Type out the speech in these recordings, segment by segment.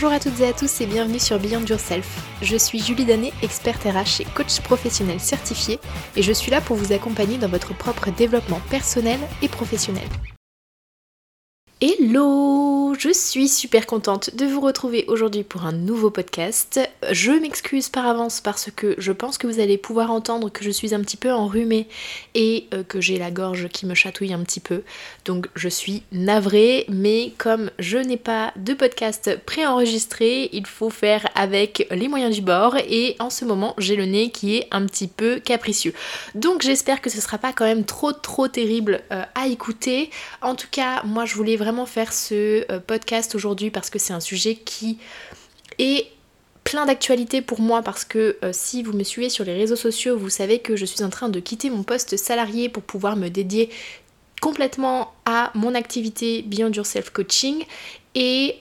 Bonjour à toutes et à tous et bienvenue sur Beyond Yourself. Je suis Julie Danet, experte RH et coach professionnel certifié et je suis là pour vous accompagner dans votre propre développement personnel et professionnel. Hello! Je suis super contente de vous retrouver aujourd'hui pour un nouveau podcast. Je m'excuse par avance parce que je pense que vous allez pouvoir entendre que je suis un petit peu enrhumée et que j'ai la gorge qui me chatouille un petit peu. Donc je suis navrée, mais comme je n'ai pas de podcast préenregistré, il faut faire avec les moyens du bord et en ce moment j'ai le nez qui est un petit peu capricieux. Donc j'espère que ce sera pas quand même trop terrible à écouter. En tout cas, moi je voulais vraiment faire ce podcast aujourd'hui parce que c'est un sujet qui est plein d'actualité pour moi parce que si vous me suivez sur les réseaux sociaux, vous savez que je suis en train de quitter mon poste salarié pour pouvoir me dédier complètement à mon activité Beyond Yourself Coaching et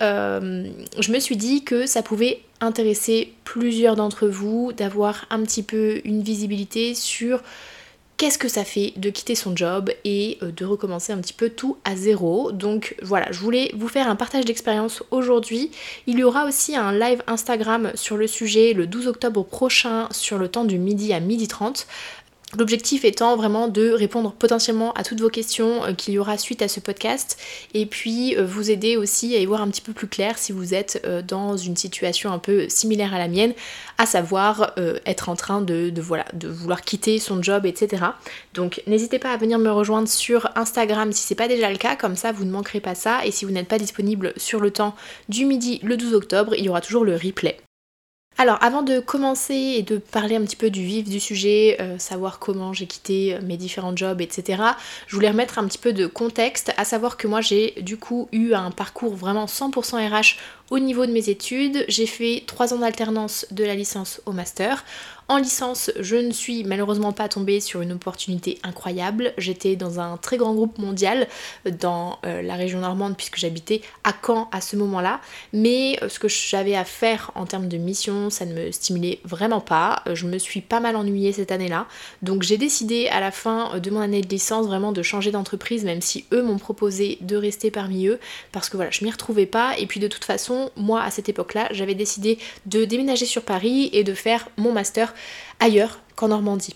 je me suis dit que ça pouvait intéresser plusieurs d'entre vous d'avoir un petit peu une visibilité sur qu'est-ce que ça fait de quitter son job et de recommencer un petit peu tout à zéro. Donc voilà, je voulais vous faire un partage d'expérience aujourd'hui. Il y aura aussi un live Instagram sur le sujet le 12 octobre prochain sur le temps du midi à 12h30. L'objectif étant vraiment de répondre potentiellement à toutes vos questions qu'il y aura suite à ce podcast et puis vous aider aussi à y voir un petit peu plus clair si vous êtes dans une situation un peu similaire à la mienne, à savoir être en train de vouloir quitter son job, etc. Donc n'hésitez pas à venir me rejoindre sur Instagram si c'est pas déjà le cas, comme ça vous ne manquerez pas ça et si vous n'êtes pas disponible sur le temps du midi le 12 octobre, il y aura toujours le replay. Alors avant de commencer et de parler un petit peu du vif du sujet, savoir comment j'ai quitté mes différents jobs, etc. Je voulais remettre un petit peu de contexte, à savoir que moi j'ai du coup eu un parcours vraiment 100% RH au niveau de mes études. J'ai fait 3 ans d'alternance de la licence au master. En licence, je ne suis malheureusement pas tombée sur une opportunité incroyable. J'étais dans un très grand groupe mondial dans la région normande puisque j'habitais à Caen à ce moment-là. Mais ce que j'avais à faire en termes de mission, ça ne me stimulait vraiment pas. Je me suis pas mal ennuyée cette année-là. Donc j'ai décidé à la fin de mon année de licence vraiment de changer d'entreprise, même si eux m'ont proposé de rester parmi eux parce que voilà, je m'y retrouvais pas. Et puis de toute façon, moi à cette époque-là, j'avais décidé de déménager sur Paris et de faire mon master ailleurs qu'en Normandie.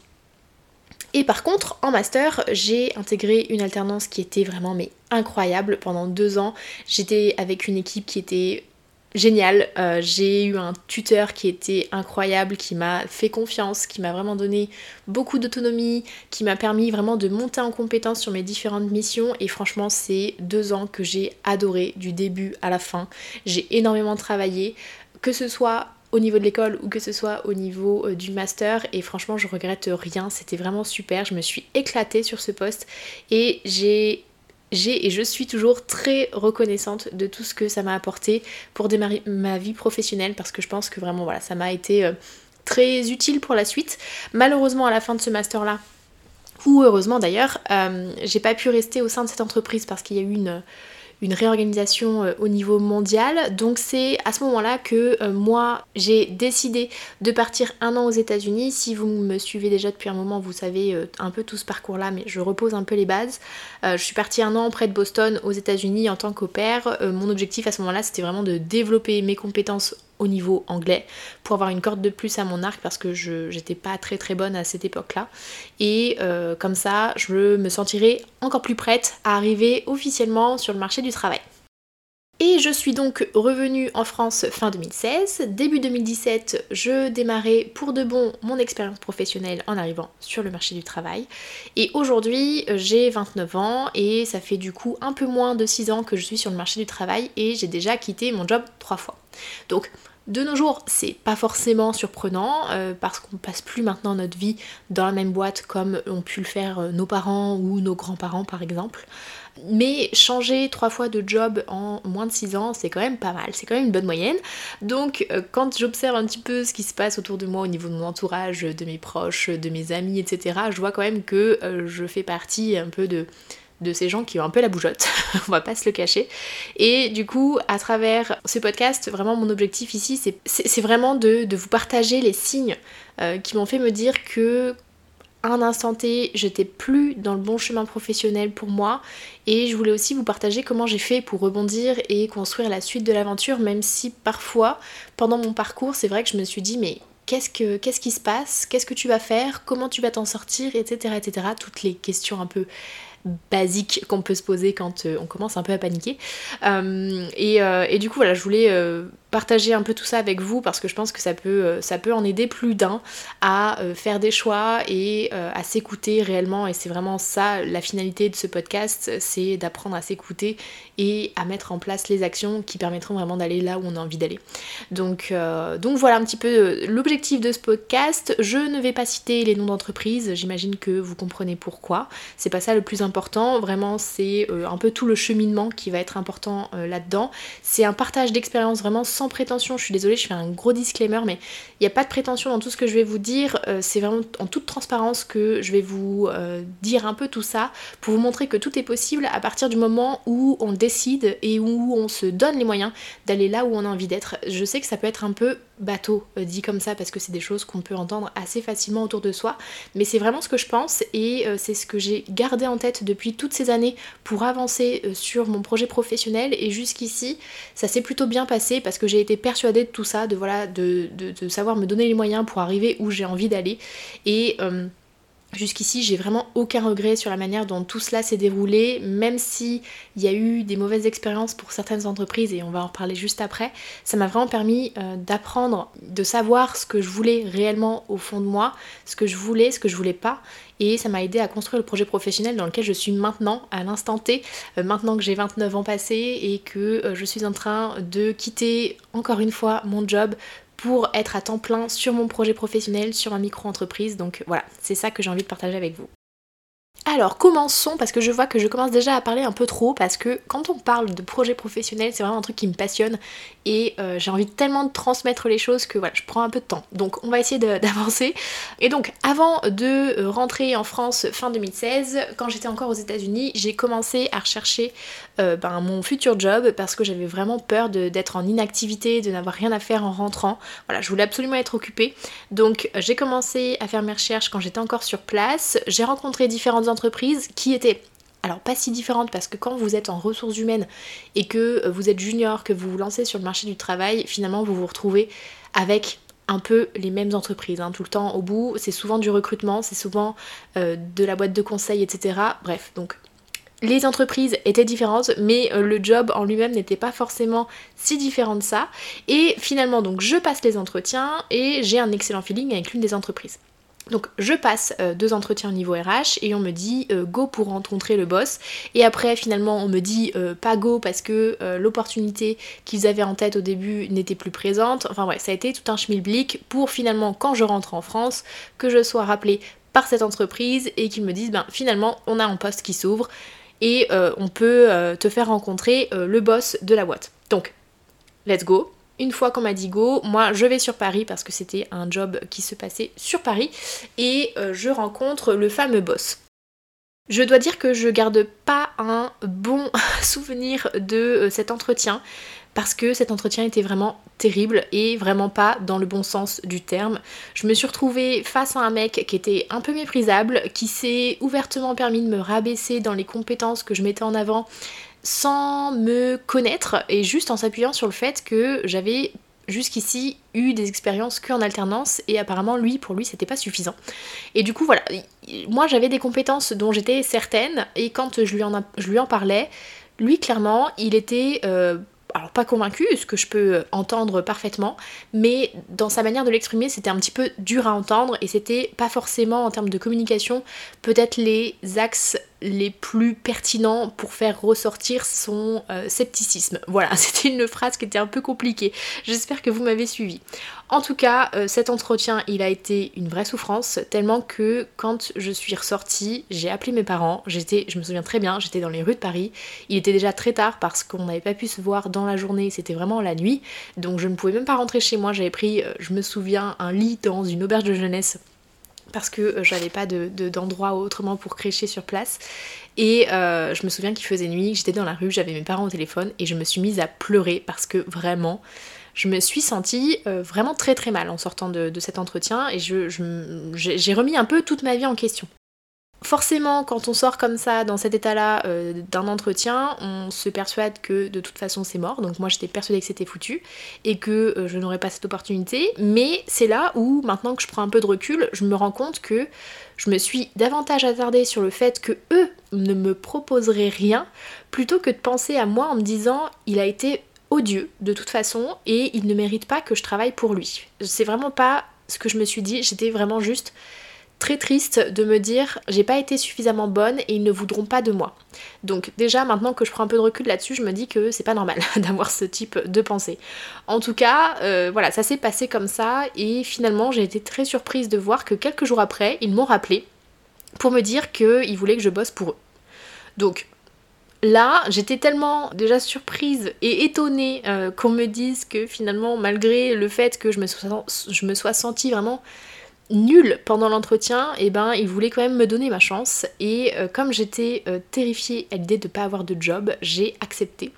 Et par contre, en master, j'ai intégré une alternance qui était vraiment incroyable. Pendant 2 ans, j'étais avec une équipe qui était géniale. J'ai eu un tuteur qui était incroyable, qui m'a fait confiance, qui m'a vraiment donné beaucoup d'autonomie, qui m'a permis vraiment de monter en compétence sur mes différentes missions. Et franchement, c'est 2 ans que j'ai adoré du début à la fin. J'ai énormément travaillé, que ce soit au niveau de l'école ou que ce soit au niveau du master, et franchement je regrette rien, c'était vraiment super, je me suis éclatée sur ce poste et je suis toujours très reconnaissante de tout ce que ça m'a apporté pour démarrer ma vie professionnelle parce que je pense que vraiment voilà, ça m'a été très utile pour la suite. Malheureusement à la fin de ce master là, ou heureusement d'ailleurs, j'ai pas pu rester au sein de cette entreprise parce qu'il y a eu une réorganisation au niveau mondial. Donc c'est à ce moment-là que moi j'ai décidé de partir 1 an aux États-Unis. Si vous me suivez déjà depuis un moment, vous savez un peu tout ce parcours-là, mais je repose un peu les bases. Je suis partie 1 an près de Boston aux États-Unis en tant qu'au pair. Mon objectif à ce moment-là, c'était vraiment de développer mes compétences au niveau anglais pour avoir une corde de plus à mon arc parce que j'étais pas très bonne à cette époque-là. Et comme ça, je me sentirai encore plus prête à arriver officiellement sur le marché du travail. Et je suis donc revenue en France fin 2016. Début 2017, je démarrais pour de bon mon expérience professionnelle en arrivant sur le marché du travail. Et aujourd'hui, j'ai 29 ans et ça fait du coup un peu moins de 6 ans que je suis sur le marché du travail et j'ai déjà quitté mon job 3 fois. Donc de nos jours, c'est pas forcément surprenant parce qu'on passe plus maintenant notre vie dans la même boîte comme ont pu le faire nos parents ou nos grands-parents par exemple. Mais changer 3 fois de job en moins de 6 ans, c'est quand même pas mal, c'est quand même une bonne moyenne. Donc quand j'observe un petit peu ce qui se passe autour de moi au niveau de mon entourage, de mes proches, de mes amis, etc., je vois quand même que je fais partie un peu de ces gens qui ont un peu la bougeotte, on va pas se le cacher. Et du coup, à travers ce podcast, vraiment mon objectif ici, c'est vraiment de vous partager les signes qui m'ont fait me dire que un instant T, j'étais plus dans le bon chemin professionnel pour moi et je voulais aussi vous partager comment j'ai fait pour rebondir et construire la suite de l'aventure, même si parfois pendant mon parcours c'est vrai que je me suis dit mais qu'est-ce qui se passe, qu'est-ce que tu vas faire, comment tu vas t'en sortir, etc. Toutes les questions un peu basiques qu'on peut se poser quand on commence un peu à paniquer. Et du coup voilà, je voulais partager un peu tout ça avec vous parce que je pense que ça peut en aider plus d'un à faire des choix et à s'écouter réellement, et c'est vraiment ça la finalité de ce podcast, c'est d'apprendre à s'écouter et à mettre en place les actions qui permettront vraiment d'aller là où on a envie d'aller. Donc voilà un petit peu l'objectif de ce podcast. Je ne vais pas citer les noms d'entreprises, j'imagine que vous comprenez pourquoi, c'est pas ça le plus important, vraiment c'est un peu tout le cheminement qui va être important là-dedans. C'est un partage d'expérience vraiment sans prétention, je suis désolée, je fais un gros disclaimer, mais il n'y a pas de prétention dans tout ce que je vais vous dire, c'est vraiment en toute transparence que je vais vous dire un peu tout ça, pour vous montrer que tout est possible à partir du moment où on décide et où on se donne les moyens d'aller là où on a envie d'être. Je sais que ça peut être un peu bateau dit comme ça parce que c'est des choses qu'on peut entendre assez facilement autour de soi, mais c'est vraiment ce que je pense et c'est ce que j'ai gardé en tête depuis toutes ces années pour avancer sur mon projet professionnel, et jusqu'ici ça s'est plutôt bien passé parce que j'ai été persuadée de tout ça, de savoir me donner les moyens pour arriver où j'ai envie d'aller, et jusqu'ici, j'ai vraiment aucun regret sur la manière dont tout cela s'est déroulé, même si il y a eu des mauvaises expériences pour certaines entreprises et on va en reparler juste après. Ça m'a vraiment permis d'apprendre, de savoir ce que je voulais réellement au fond de moi, ce que je voulais pas, et ça m'a aidé à construire le projet professionnel dans lequel je suis maintenant, à l'instant T, maintenant que j'ai 29 ans passés et que je suis en train de quitter encore une fois mon job pour être à temps plein sur mon projet professionnel, sur ma micro-entreprise. Donc voilà, c'est ça que j'ai envie de partager avec vous. Alors commençons, parce que je vois que je commence déjà à parler un peu trop, parce que quand on parle de projet professionnel, c'est vraiment un truc qui me passionne et j'ai envie tellement de transmettre les choses que voilà, je prends un peu de temps. Donc on va essayer d'avancer. Et donc avant de rentrer en France fin 2016, quand j'étais encore aux États-Unis, j'ai commencé à rechercher mon futur job parce que j'avais vraiment peur d'être en inactivité, de n'avoir rien à faire en rentrant. Voilà, je voulais absolument être occupée. Donc j'ai commencé à faire mes recherches quand j'étais encore sur place. J'ai rencontré différentes entreprises qui étaient alors pas si différentes, parce que quand vous êtes en ressources humaines et que vous êtes junior, que vous vous lancez sur le marché du travail, finalement vous vous retrouvez avec un peu les mêmes entreprises, tout le temps au bout. C'est souvent du recrutement, c'est souvent de la boîte de conseil, etc. Bref, donc les entreprises étaient différentes, mais le job en lui-même n'était pas forcément si différent de ça. Et finalement, donc je passe les entretiens et j'ai un excellent feeling avec l'une des entreprises. Donc je passe 2 entretiens au niveau RH et on me dit go pour rencontrer le boss, et après finalement on me dit pas go parce que l'opportunité qu'ils avaient en tête au début n'était plus présente. Enfin ouais, ça a été tout un schmilblick pour finalement, quand je rentre en France, que je sois rappelée par cette entreprise et qu'ils me disent finalement on a un poste qui s'ouvre et on peut te faire rencontrer le boss de la boîte. Donc let's go. Une fois qu'on m'a dit go, moi je vais sur Paris parce que c'était un job qui se passait sur Paris et je rencontre le fameux boss. Je dois dire que je garde pas un bon souvenir de cet entretien parce que cet entretien était vraiment terrible et vraiment pas dans le bon sens du terme. Je me suis retrouvée face à un mec qui était un peu méprisable, qui s'est ouvertement permis de me rabaisser dans les compétences que je mettais en avant sans me connaître et juste en s'appuyant sur le fait que j'avais jusqu'ici eu des expériences qu'en alternance et apparemment pour lui c'était pas suffisant. Et du coup voilà, moi j'avais des compétences dont j'étais certaine et quand je lui en parlais, lui clairement il était alors pas convaincu, ce que je peux entendre parfaitement, mais dans sa manière de l'exprimer c'était un petit peu dur à entendre et c'était pas forcément en termes de communication peut-être les axes les plus pertinents pour faire ressortir son scepticisme. Voilà, c'était une phrase qui était un peu compliquée. J'espère que vous m'avez suivi. En tout cas, cet entretien, il a été une vraie souffrance, tellement que quand je suis ressortie, j'ai appelé mes parents. Je me souviens très bien, j'étais dans les rues de Paris. Il était déjà très tard parce qu'on n'avait pas pu se voir dans la journée, c'était vraiment la nuit. Donc je ne pouvais même pas rentrer chez moi. J'avais pris, je me souviens, un lit dans une auberge de jeunesse parce que j'avais pas d'endroit autrement pour crécher sur place. Et je me souviens qu'il faisait nuit, que j'étais dans la rue, j'avais mes parents au téléphone et je me suis mise à pleurer parce que vraiment, je me suis sentie vraiment très très mal en sortant de cet entretien et j'ai remis un peu toute ma vie en question. Forcément, quand on sort comme ça, dans cet état-là, d'un entretien, on se persuade que de toute façon c'est mort. Donc moi j'étais persuadée que c'était foutu et que je n'aurais pas cette opportunité. Mais c'est là où, maintenant que je prends un peu de recul, je me rends compte que je me suis davantage attardée sur le fait que eux ne me proposeraient rien, plutôt que de penser à moi en me disant il a été odieux de toute façon et il ne mérite pas que je travaille pour lui. C'est vraiment pas ce que je me suis dit, j'étais vraiment juste très triste de me dire j'ai pas été suffisamment bonne et ils ne voudront pas de moi. Donc déjà maintenant que je prends un peu de recul là-dessus, je me dis que c'est pas normal d'avoir ce type de pensée. En tout cas, voilà, ça s'est passé comme ça et finalement j'ai été très surprise de voir que quelques jours après, ils m'ont rappelé pour me dire qu'ils voulaient que je bosse pour eux. Donc là, j'étais tellement déjà surprise et étonnée qu'on me dise que finalement, malgré le fait que je me sois sentie vraiment nulle pendant l'entretien, et ben ils voulaient quand même me donner ma chance et comme j'étais terrifiée à l'idée de pas avoir de job, j'ai accepté.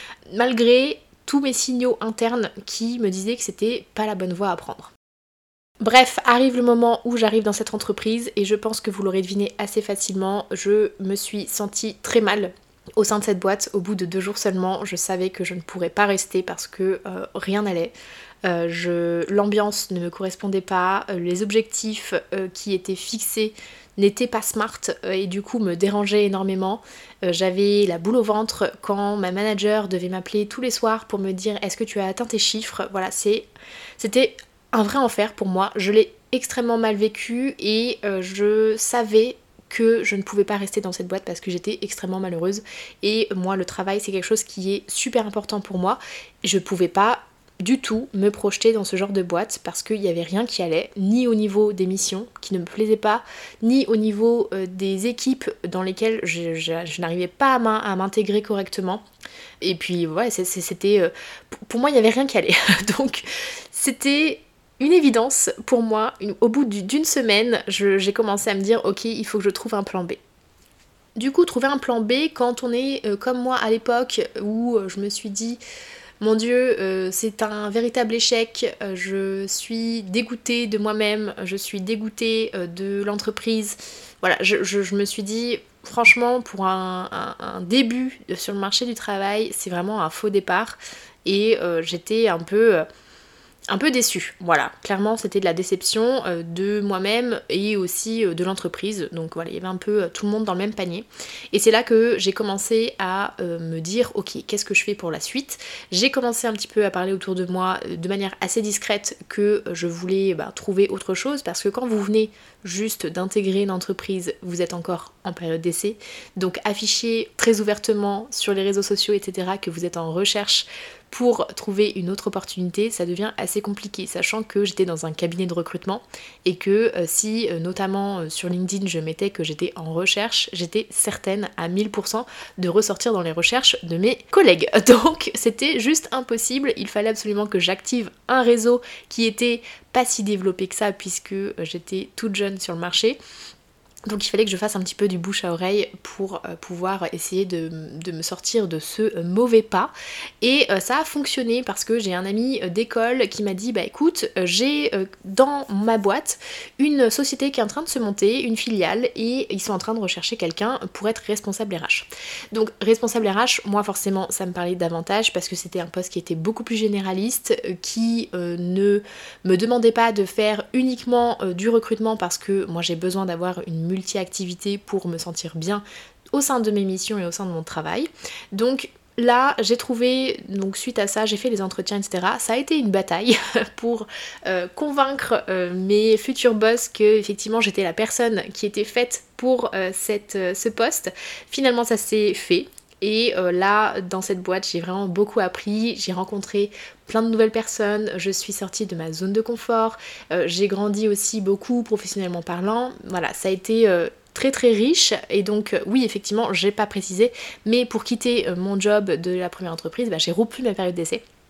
Malgré tous mes signaux internes qui me disaient que c'était pas la bonne voie à prendre. Bref, arrive le moment où j'arrive dans cette entreprise et je pense que vous l'aurez deviné assez facilement, je me suis sentie très mal au sein de cette boîte. Au bout de 2 jours seulement, je savais que je ne pourrais pas rester parce que rien n'allait. L'ambiance ne me correspondait pas, les objectifs qui étaient fixés n'étaient pas smart et du coup me dérangeaient énormément. J'avais la boule au ventre quand ma manager devait m'appeler tous les soirs pour me dire est-ce que tu as atteint tes chiffres. Voilà, c'était un vrai enfer pour moi. Je l'ai extrêmement mal vécu et je savais que je ne pouvais pas rester dans cette boîte parce que j'étais extrêmement malheureuse et moi le travail c'est quelque chose qui est super important pour moi. Je pouvais pas du tout me projeter dans ce genre de boîte parce qu'il n'y avait rien qui allait, ni au niveau des missions qui ne me plaisaient pas, ni au niveau des équipes dans lesquelles je n'arrivais pas à m'intégrer correctement. Et puis ouais, c'était pour moi il n'y avait rien qui allait. Donc c'était une évidence pour moi. Au bout d'une semaine, j'ai commencé à me dire ok, il faut que je trouve un plan B. Du coup, trouver un plan B quand on est comme moi à l'époque où je me suis dit mon Dieu, c'est un véritable échec, je suis dégoûtée de moi-même, je suis dégoûtée de l'entreprise. Voilà, je me suis dit, franchement, pour un début sur le marché du travail, c'est vraiment un faux départ. Et j'étais un peu déçue. Voilà, clairement c'était de la déception de moi-même et aussi de l'entreprise. Donc voilà, il y avait un peu tout le monde dans le même panier. Et c'est là que j'ai commencé à me dire ok, qu'est-ce que je fais pour la suite. J'ai commencé un petit peu à parler autour de moi de manière assez discrète que je voulais trouver autre chose parce que quand vous venez juste d'intégrer une entreprise, vous êtes encore en période d'essai. Donc affichez très ouvertement sur les réseaux sociaux, etc. que vous êtes en recherche pour trouver une autre opportunité, ça devient assez compliqué, sachant que j'étais dans un cabinet de recrutement et que si notamment sur LinkedIn je mettais que j'étais en recherche, j'étais certaine à 1000% de ressortir dans les recherches de mes collègues. Donc c'était juste impossible, il fallait absolument que j'active un réseau qui était pas si développé que ça puisque j'étais toute jeune sur le marché. Donc il fallait que je fasse un petit peu du bouche à oreille pour pouvoir essayer de me sortir de ce mauvais pas. Et ça a fonctionné parce que j'ai un ami d'école qui m'a dit écoute, j'ai dans ma boîte une société qui est en train de se monter, une filiale, et ils sont en train de rechercher quelqu'un pour être responsable RH. Donc responsable RH, moi forcément ça me parlait davantage parce que c'était un poste qui était beaucoup plus généraliste, qui ne me demandait pas de faire uniquement du recrutement parce que moi j'ai besoin d'avoir une multi-activité pour me sentir bien au sein de mes missions et au sein de mon travail. Donc là, j'ai trouvé, donc suite à ça, j'ai fait les entretiens, etc. Ça a été une bataille pour convaincre mes futurs boss que effectivement j'étais la personne qui était faite pour ce poste. Finalement, ça s'est fait. Et là, dans cette boîte, j'ai vraiment beaucoup appris, j'ai rencontré plein de nouvelles personnes, je suis sortie de ma zone de confort, j'ai grandi aussi beaucoup professionnellement parlant. Voilà, ça a été très très riche et donc oui, effectivement, j'ai pas précisé, mais pour quitter mon job de la première entreprise, j'ai rompu ma période d'essai.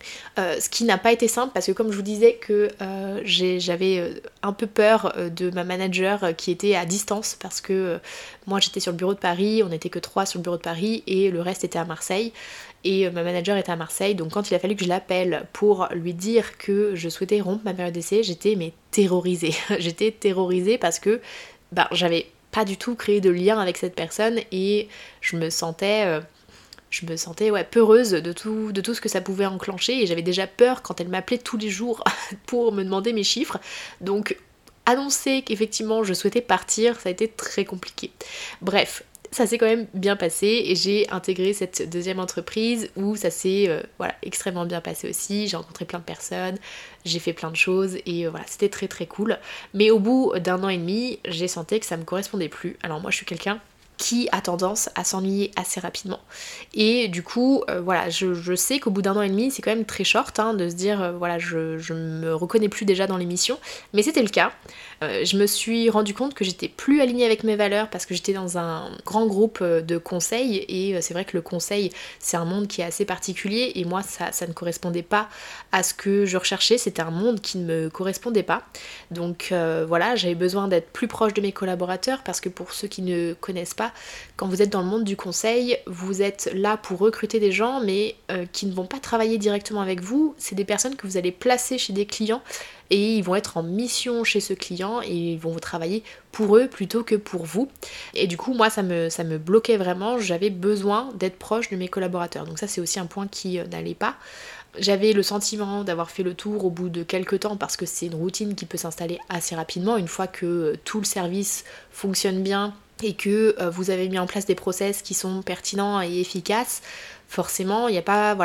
Ce qui n'a pas été simple parce que comme je vous disais que j'avais un peu peur de ma manager qui était à distance parce que moi j'étais sur le bureau de Paris, on n'était que 3 sur le bureau de Paris et le reste était à Marseille et ma manager était à Marseille, donc quand il a fallu que je l'appelle pour lui dire que je souhaitais rompre ma période d'essai, j'étais terrorisée. J'étais terrorisée parce que j'avais pas du tout créé de lien avec cette personne et je me sentais peureuse de tout ce que ça pouvait enclencher et j'avais déjà peur quand elle m'appelait tous les jours pour me demander mes chiffres. Donc annoncer qu'effectivement je souhaitais partir, ça a été très compliqué. Bref, ça s'est quand même bien passé et j'ai intégré cette deuxième entreprise où ça s'est extrêmement bien passé aussi. J'ai rencontré plein de personnes, j'ai fait plein de choses et c'était très très cool. Mais au bout d'1 an et demi, j'ai senti que ça me correspondait plus. Alors moi je suis quelqu'un qui a tendance à s'ennuyer assez rapidement. Et du coup, je sais qu'au bout d'1 an et demi, c'est quand même très short de se dire, je me reconnais plus déjà dans l'émission, mais c'était le cas. Je me suis rendu compte que j'étais plus alignée avec mes valeurs parce que j'étais dans un grand groupe de conseils et c'est vrai que le conseil, c'est un monde qui est assez particulier et moi, ça ne correspondait pas à ce que je recherchais, c'était un monde qui ne me correspondait pas. Donc j'avais besoin d'être plus proche de mes collaborateurs parce que pour ceux qui ne connaissent pas, quand vous êtes dans le monde du conseil, vous êtes là pour recruter des gens mais qui ne vont pas travailler directement avec vous, c'est des personnes que vous allez placer chez des clients et ils vont être en mission chez ce client et ils vont travailler pour eux plutôt que pour vous. Et du coup moi ça me bloquait vraiment, j'avais besoin d'être proche de mes collaborateurs. Donc ça c'est aussi un point qui n'allait pas. J'avais le sentiment d'avoir fait le tour au bout de quelques temps parce que c'est une routine qui peut s'installer assez rapidement une fois que tout le service fonctionne bien et que vous avez mis en place des process qui sont pertinents et efficaces. Forcément il n'y a pas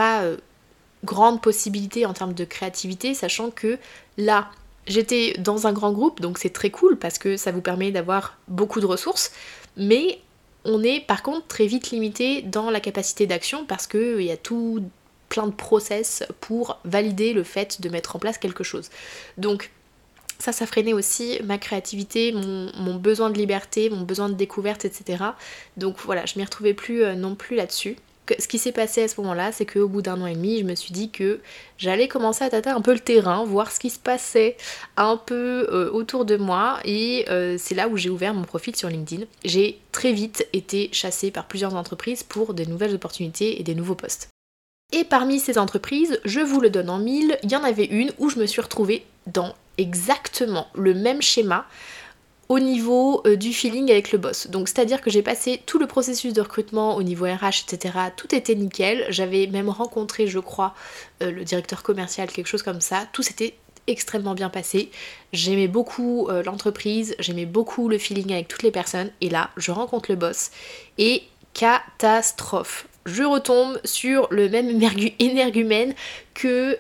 grande possibilité en termes de créativité, sachant que là, j'étais dans un grand groupe, donc c'est très cool parce que ça vous permet d'avoir beaucoup de ressources, mais on est par contre très vite limité dans la capacité d'action parce qu'il y a tout plein de process pour valider le fait de mettre en place quelque chose. Donc ça freinait aussi ma créativité, mon besoin de liberté, mon besoin de découverte, etc. Donc voilà, je m'y retrouvais plus non plus là-dessus. Ce qui s'est passé à ce moment-là, c'est qu'au bout d'1 an et demi, je me suis dit que j'allais commencer à tâter un peu le terrain, voir ce qui se passait un peu autour de moi et c'est là où j'ai ouvert mon profil sur LinkedIn. J'ai très vite été chassée par plusieurs entreprises pour des nouvelles opportunités et des nouveaux postes. Et parmi ces entreprises, je vous le donne en mille, il y en avait une où je me suis retrouvée dans exactement le même schéma au niveau du feeling avec le boss. Donc c'est-à-dire que j'ai passé tout le processus de recrutement au niveau RH, etc. Tout était nickel. J'avais même rencontré, je crois, le directeur commercial, quelque chose comme ça. Tout s'était extrêmement bien passé. J'aimais beaucoup l'entreprise, j'aimais beaucoup le feeling avec toutes les personnes. Et là, je rencontre le boss et catastrophe. Je retombe sur le même énergumène que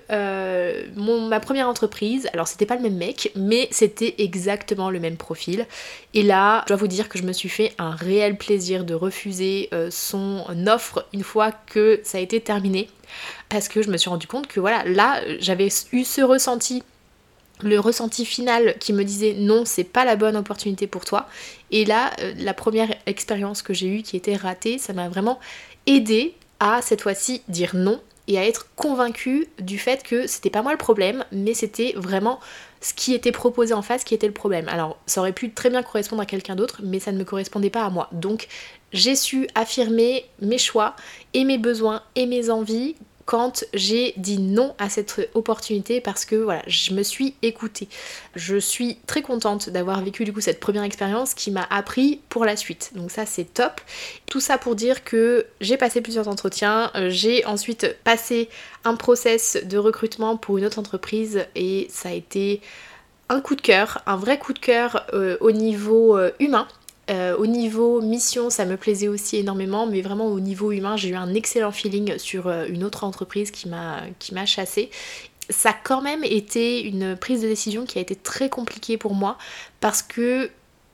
ma première entreprise. Alors c'était pas le même mec, mais c'était exactement le même profil. Et là, je dois vous dire que je me suis fait un réel plaisir de refuser son offre une fois que ça a été terminé. Parce que je me suis rendu compte que là, j'avais eu ce ressenti. Le ressenti final qui me disait non, c'est pas la bonne opportunité pour toi. Et là, la première expérience que j'ai eue qui était ratée, ça m'a vraiment aidé à cette fois-ci dire non et à être convaincue du fait que c'était pas moi le problème, mais c'était vraiment ce qui était proposé en face qui était le problème. Alors ça aurait pu très bien correspondre à quelqu'un d'autre, mais ça ne me correspondait pas à moi. Donc j'ai su affirmer mes choix et mes besoins et mes envies quand j'ai dit non à cette opportunité parce que je me suis écoutée. Je suis très contente d'avoir vécu du coup cette première expérience qui m'a appris pour la suite. Donc ça c'est top. Tout ça pour dire que j'ai passé plusieurs entretiens, j'ai ensuite passé un process de recrutement pour une autre entreprise et ça a été un coup de cœur, un vrai coup de cœur au niveau humain. Au niveau mission, ça me plaisait aussi énormément, mais vraiment au niveau humain, j'ai eu un excellent feeling sur une autre entreprise qui m'a chassée. Ça a quand même été une prise de décision qui a été très compliquée pour moi parce que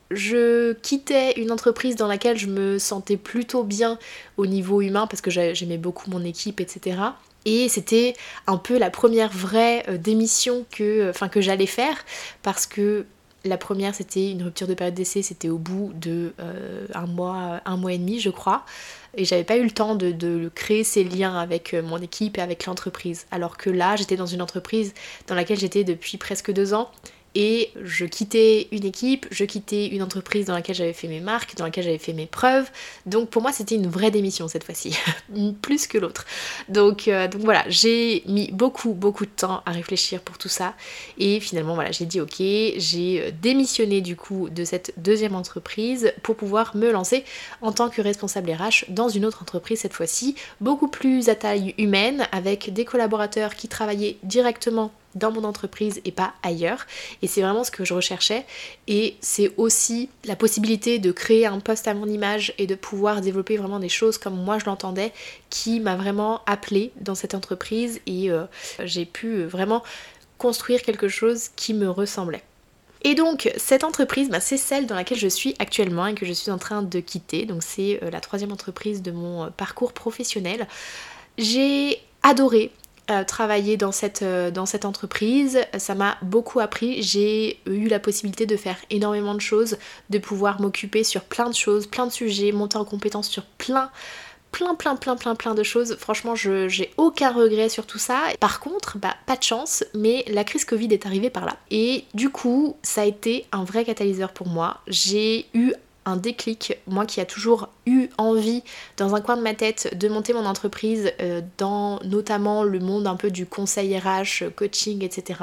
je quittais une entreprise dans laquelle je me sentais plutôt bien au niveau humain parce que j'aimais beaucoup mon équipe, etc. Et c'était un peu la première vraie démission que j'allais faire parce que La première, c'était une rupture de période d'essai, c'était au bout de un mois et demi, je crois. Et j'avais pas eu le temps de créer ces liens avec mon équipe et avec l'entreprise. Alors que là, j'étais dans une entreprise dans laquelle j'étais depuis presque 2 ans. Et je quittais une équipe, je quittais une entreprise dans laquelle j'avais fait mes marques, dans laquelle j'avais fait mes preuves. Donc pour moi, c'était une vraie démission cette fois-ci, plus que l'autre. Donc voilà, j'ai mis beaucoup de temps à réfléchir pour tout ça. Et finalement, voilà, j'ai dit ok, j'ai démissionné du coup de cette deuxième entreprise pour pouvoir me lancer en tant que responsable RH dans une autre entreprise cette fois-ci, beaucoup plus à taille humaine, avec des collaborateurs qui travaillaient directement dans mon entreprise et pas ailleurs, et c'est vraiment ce que je recherchais. Et c'est aussi la possibilité de créer un poste à mon image et de pouvoir développer vraiment des choses comme moi je l'entendais qui m'a vraiment appelée dans cette entreprise, et j'ai pu vraiment construire quelque chose qui me ressemblait. Et donc cette entreprise, c'est celle dans laquelle je suis actuellement et que je suis en train de quitter. Donc c'est la troisième entreprise de mon parcours professionnel. J'ai adoré travailler dans cette entreprise, ça m'a beaucoup appris, j'ai eu la possibilité de faire énormément de choses, de pouvoir m'occuper sur plein de choses, plein de sujets, monter en compétence sur plein de choses. Franchement, j'ai aucun regret sur tout ça. Par contre, pas de chance, mais la crise Covid est arrivée par là. Et du coup, ça a été un vrai catalyseur pour moi. J'ai eu un déclic, moi qui a toujours eu envie dans un coin de ma tête de monter mon entreprise dans notamment le monde un peu du conseil RH, coaching, etc.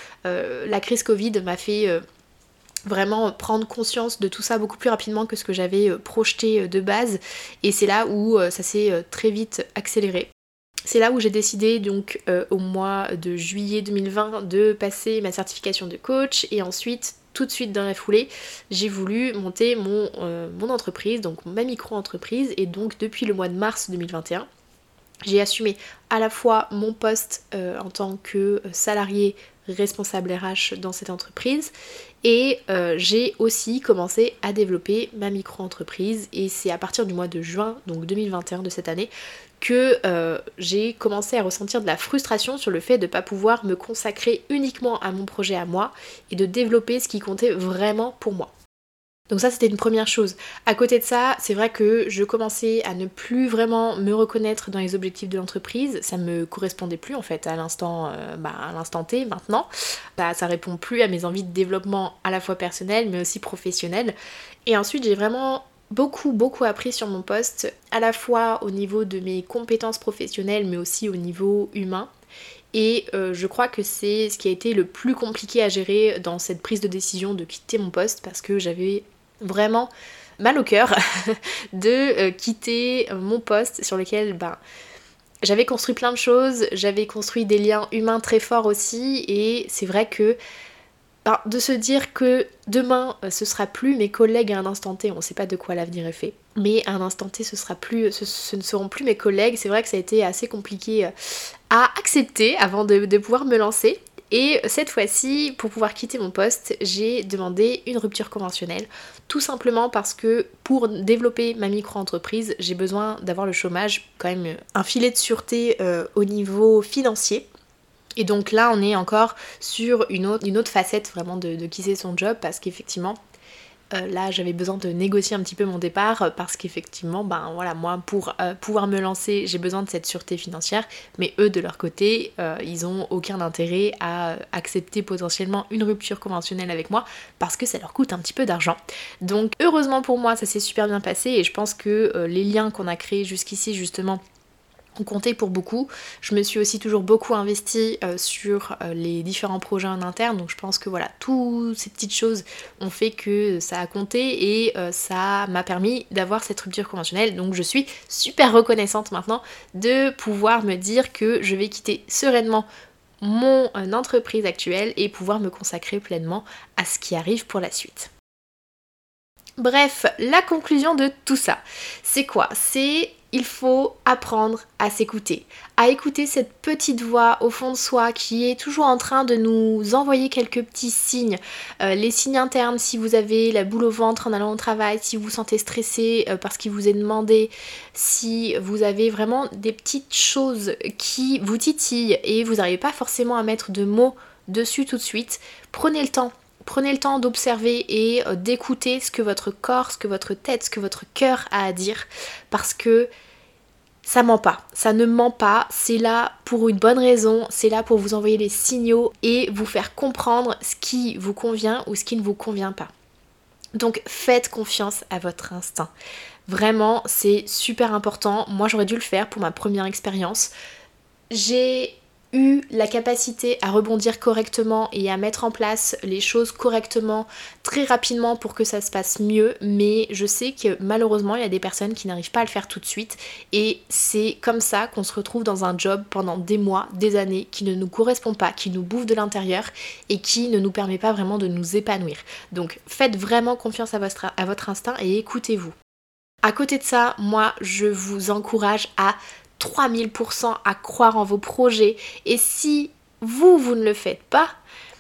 La crise Covid m'a fait vraiment prendre conscience de tout ça beaucoup plus rapidement que ce que j'avais projeté de base, et c'est là où ça s'est très vite accéléré. C'est là où j'ai décidé donc au mois de juillet 2020 de passer ma certification de coach, et ensuite tout de suite dans la foulée, j'ai voulu monter mon entreprise, donc ma micro-entreprise, et donc depuis le mois de mars 2021, j'ai assumé à la fois mon poste en tant que salarié responsable RH dans cette entreprise, et j'ai aussi commencé à développer ma micro-entreprise, et c'est à partir du mois de juin, donc 2021 de cette année, que j'ai commencé à ressentir de la frustration sur le fait de ne pas pouvoir me consacrer uniquement à mon projet à moi et de développer ce qui comptait vraiment pour moi. Donc ça, c'était une première chose. À côté de ça, c'est vrai que je commençais à ne plus vraiment me reconnaître dans les objectifs de l'entreprise. Ça me correspondait plus en fait à l'instant T maintenant. Ça répond plus à mes envies de développement à la fois personnel mais aussi professionnel. Et ensuite, j'ai vraiment beaucoup appris sur mon poste, à la fois au niveau de mes compétences professionnelles mais aussi au niveau humain. Et je crois que c'est ce qui a été le plus compliqué à gérer dans cette prise de décision de quitter mon poste, parce que j'avais vraiment mal au cœur de quitter mon poste sur lequel j'avais construit plein de choses, j'avais construit des liens humains très forts aussi, et c'est vrai que de se dire que demain ce sera plus mes collègues à un instant T, on ne sait pas de quoi l'avenir est fait, mais à un instant T ce ne seront plus mes collègues, c'est vrai que ça a été assez compliqué à accepter avant de pouvoir me lancer. Et cette fois-ci, pour pouvoir quitter mon poste, j'ai demandé une rupture conventionnelle, tout simplement parce que pour développer ma micro-entreprise, j'ai besoin d'avoir le chômage, quand même un filet de sûreté au niveau financier. Et donc là, on est encore sur une autre facette vraiment de quitter son job, parce qu'effectivement, là j'avais besoin de négocier un petit peu mon départ, parce qu'effectivement, moi pour pouvoir me lancer, j'ai besoin de cette sûreté financière, mais eux de leur côté, ils ont aucun intérêt à accepter potentiellement une rupture conventionnelle avec moi, parce que ça leur coûte un petit peu d'argent. Donc heureusement pour moi, ça s'est super bien passé, et je pense que les liens qu'on a créés jusqu'ici justement ont compté pour beaucoup. Je me suis aussi toujours beaucoup investie sur les différents projets en interne, donc je pense que voilà, toutes ces petites choses ont fait que ça a compté, et ça m'a permis d'avoir cette rupture conventionnelle. Donc je suis super reconnaissante maintenant de pouvoir me dire que je vais quitter sereinement mon entreprise actuelle et pouvoir me consacrer pleinement à ce qui arrive pour la suite. Bref, la conclusion de tout ça, c'est quoi ? Il faut apprendre à s'écouter, à écouter cette petite voix au fond de soi qui est toujours en train de nous envoyer quelques petits signes. Les signes internes, si vous avez la boule au ventre en allant au travail, si vous vous sentez stressé parce qu'il vous est demandé, si vous avez vraiment des petites choses qui vous titillent et vous n'arrivez pas forcément à mettre de mots dessus tout de suite, prenez le temps prenez le temps d'observer et d'écouter ce que votre corps, ce que votre tête, ce que votre cœur a à dire, parce que ça ment pas, ça ne ment pas, c'est là pour une bonne raison, c'est là pour vous envoyer les signaux et vous faire comprendre ce qui vous convient ou ce qui ne vous convient pas. Donc faites confiance à votre instinct. Vraiment, c'est super important. Moi, j'aurais dû le faire pour ma première expérience. J'ai eu la capacité à rebondir correctement et à mettre en place les choses correctement très rapidement pour que ça se passe mieux, mais je sais que malheureusement il y a des personnes qui n'arrivent pas à le faire tout de suite et c'est comme ça qu'on se retrouve dans un job pendant des mois, des années qui ne nous correspond pas, qui nous bouffe de l'intérieur et qui ne nous permet pas vraiment de nous épanouir. Donc faites vraiment confiance à votre instinct et écoutez-vous. À côté de ça, moi je vous encourage à 3000% à croire en vos projets, et si vous ne le faites pas,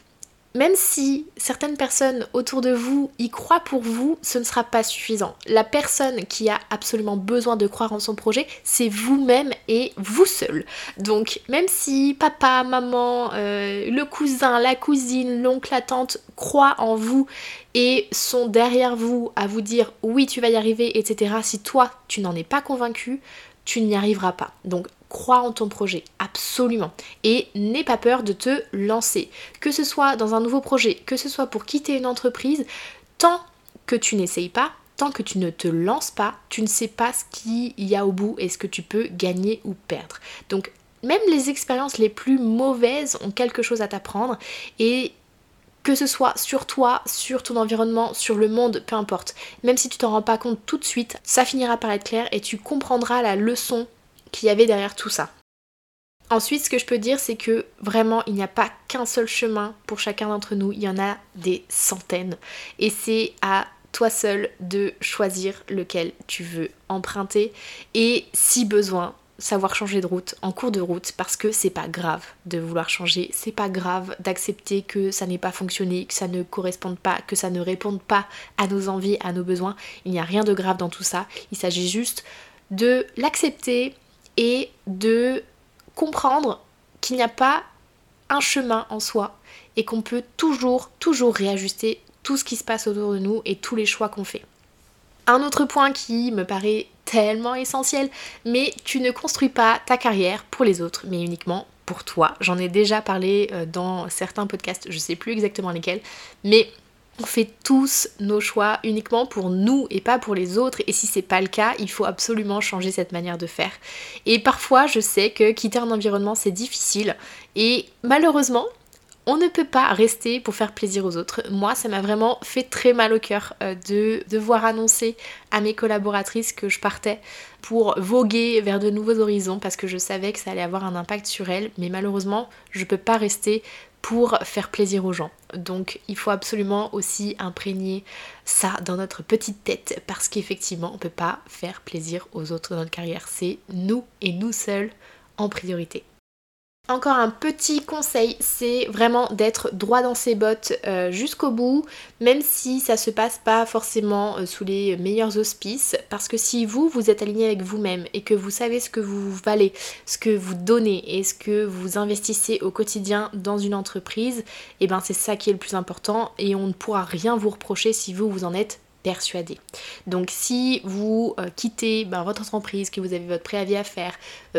même si certaines personnes autour de vous y croient pour vous, ce ne sera pas suffisant. La personne qui a absolument besoin de croire en son projet, c'est vous-même et vous seul. Donc même si papa, maman, le cousin, la cousine, l'oncle, la tante croient en vous et sont derrière vous à vous dire oui tu vas y arriver, etc. Si toi tu n'en es pas convaincu, tu n'y arriveras pas. Donc crois en ton projet, absolument. Et n'aie pas peur de te lancer. Que ce soit dans un nouveau projet, que ce soit pour quitter une entreprise, tant que tu n'essayes pas, tant que tu ne te lances pas, tu ne sais pas ce qu'il y a au bout et ce que tu peux gagner ou perdre. Donc même les expériences les plus mauvaises ont quelque chose à t'apprendre, et que ce soit sur toi, sur ton environnement, sur le monde, peu importe. Même si tu t'en rends pas compte tout de suite, ça finira par être clair et tu comprendras la leçon qu'il y avait derrière tout ça. Ensuite, ce que je peux dire, c'est que vraiment, il n'y a pas qu'un seul chemin pour chacun d'entre nous, il y en a des centaines. Et c'est à toi seul de choisir lequel tu veux emprunter et si besoin, savoir changer de route en cours de route, parce que c'est pas grave de vouloir changer, c'est pas grave d'accepter que ça n'ait pas fonctionné, que ça ne corresponde pas, que ça ne réponde pas à nos envies, à nos besoins. Il n'y a rien de grave dans tout ça, il s'agit juste de l'accepter et de comprendre qu'il n'y a pas un chemin en soi et qu'on peut toujours réajuster tout ce qui se passe autour de nous et tous les choix qu'on fait. Un autre point qui me paraît tellement essentiel, mais tu ne construis pas ta carrière pour les autres, mais uniquement pour toi. J'en ai déjà parlé dans certains podcasts, je sais plus exactement lesquels, mais on fait tous nos choix uniquement pour nous et pas pour les autres, et si c'est pas le cas, il faut absolument changer cette manière de faire. Et parfois, je sais que quitter un environnement c'est difficile, et malheureusement, on ne peut pas rester pour faire plaisir aux autres. Moi, ça m'a vraiment fait très mal au cœur de devoir annoncer à mes collaboratrices que je partais pour voguer vers de nouveaux horizons, parce que je savais que ça allait avoir un impact sur elles, mais malheureusement, je peux pas rester pour faire plaisir aux gens. Donc il faut absolument aussi imprégner ça dans notre petite tête, parce qu'effectivement, on peut pas faire plaisir aux autres dans notre carrière. C'est nous et nous seuls en priorité. Encore un petit conseil, c'est vraiment d'être droit dans ses bottes jusqu'au bout, même si ça se passe pas forcément sous les meilleurs auspices, parce que si vous êtes aligné avec vous-même et que vous savez ce que vous valez, ce que vous donnez et ce que vous investissez au quotidien dans une entreprise, et ben c'est ça qui est le plus important, et on ne pourra rien vous reprocher si vous en êtes persuadé. Donc si vous quittez votre entreprise, que vous avez votre préavis à faire,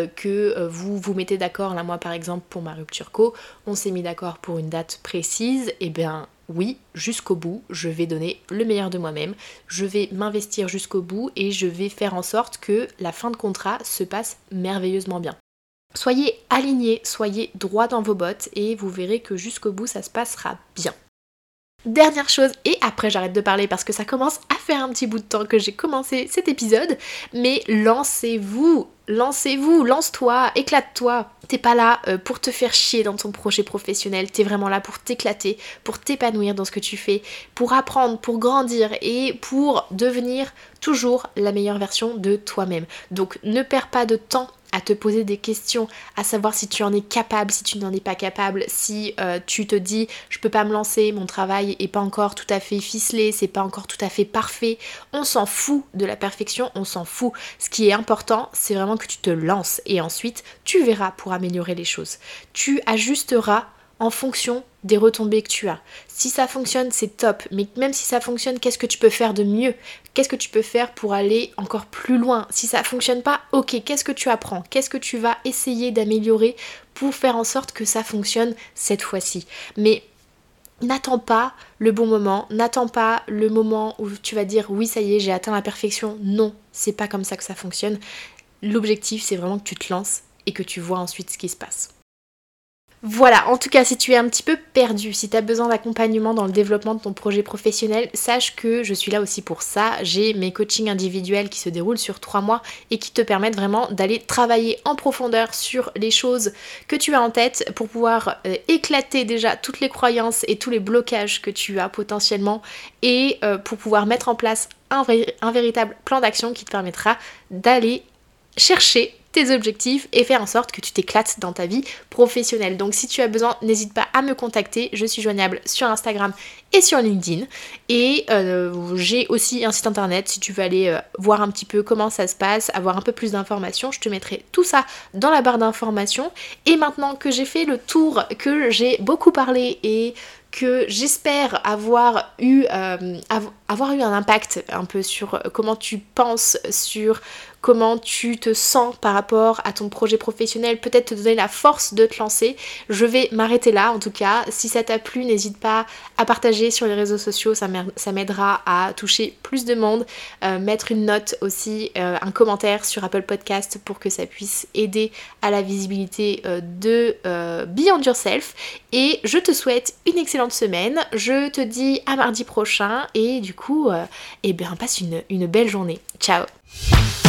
que vous vous mettez d'accord, là moi par exemple pour ma rupture co, on s'est mis d'accord pour une date précise, et bien oui, jusqu'au bout, je vais donner le meilleur de moi-même, je vais m'investir jusqu'au bout et je vais faire en sorte que la fin de contrat se passe merveilleusement bien. Soyez alignés, soyez droit dans vos bottes et vous verrez que jusqu'au bout ça se passera bien. Dernière chose, et après j'arrête de parler parce que ça commence à faire un petit bout de temps que j'ai commencé cet épisode, mais lancez-vous, lance-toi, éclate-toi. T'es pas là pour te faire chier dans ton projet professionnel, t'es vraiment là pour t'éclater, pour t'épanouir dans ce que tu fais, pour apprendre, pour grandir et pour devenir toujours la meilleure version de toi-même. Donc ne perds pas de temps à te poser des questions, à savoir si tu en es capable, si tu n'en es pas capable, si tu te dis je peux pas me lancer, mon travail est pas encore tout à fait ficelé, c'est pas encore tout à fait parfait. On s'en fout de la perfection, on s'en fout. Ce qui est important, c'est vraiment que tu te lances et ensuite tu verras pour améliorer les choses. Tu ajusteras en fonction des retombées que tu as. Si ça fonctionne, c'est top, mais même si ça fonctionne, qu'est-ce que tu peux faire de mieux? Qu'est-ce que tu peux faire pour aller encore plus loin? Si ça fonctionne pas, ok, qu'est-ce que tu apprends? Qu'est-ce que tu vas essayer d'améliorer pour faire en sorte que ça fonctionne cette fois-ci? Mais n'attends pas le bon moment, n'attends pas le moment où tu vas dire oui, ça y est, j'ai atteint la perfection. Non, c'est pas comme ça que ça fonctionne. L'objectif, c'est vraiment que tu te lances et que tu vois ensuite ce qui se passe. Voilà, en tout cas, si tu es un petit peu perdu, si tu as besoin d'accompagnement dans le développement de ton projet professionnel, sache que je suis là aussi pour ça. J'ai mes coachings individuels qui se déroulent sur 3 mois et qui te permettent vraiment d'aller travailler en profondeur sur les choses que tu as en tête pour pouvoir éclater déjà toutes les croyances et tous les blocages que tu as potentiellement et pour pouvoir mettre en place un véritable plan d'action qui te permettra d'aller chercher tes objectifs et faire en sorte que tu t'éclates dans ta vie professionnelle. Donc si tu as besoin, n'hésite pas à me contacter, je suis joignable sur Instagram et sur LinkedIn et j'ai aussi un site internet si tu veux aller voir un petit peu comment ça se passe, avoir un peu plus d'informations, je te mettrai tout ça dans la barre d'informations. Et maintenant que j'ai fait le tour, que j'ai beaucoup parlé et que j'espère avoir eu un impact un peu sur comment tu penses, sur comment tu te sens par rapport à ton projet professionnel, peut-être te donner la force de te lancer. Je vais m'arrêter là en tout cas. Si ça t'a plu, n'hésite pas à partager sur les réseaux sociaux, ça m'aidera à toucher plus de monde. Mettre une note aussi, un commentaire sur Apple Podcast pour que ça puisse aider à la visibilité de Beyond Yourself. Et je te souhaite une excellente semaine. Je te dis à mardi prochain et du coup, passe une belle journée. Ciao!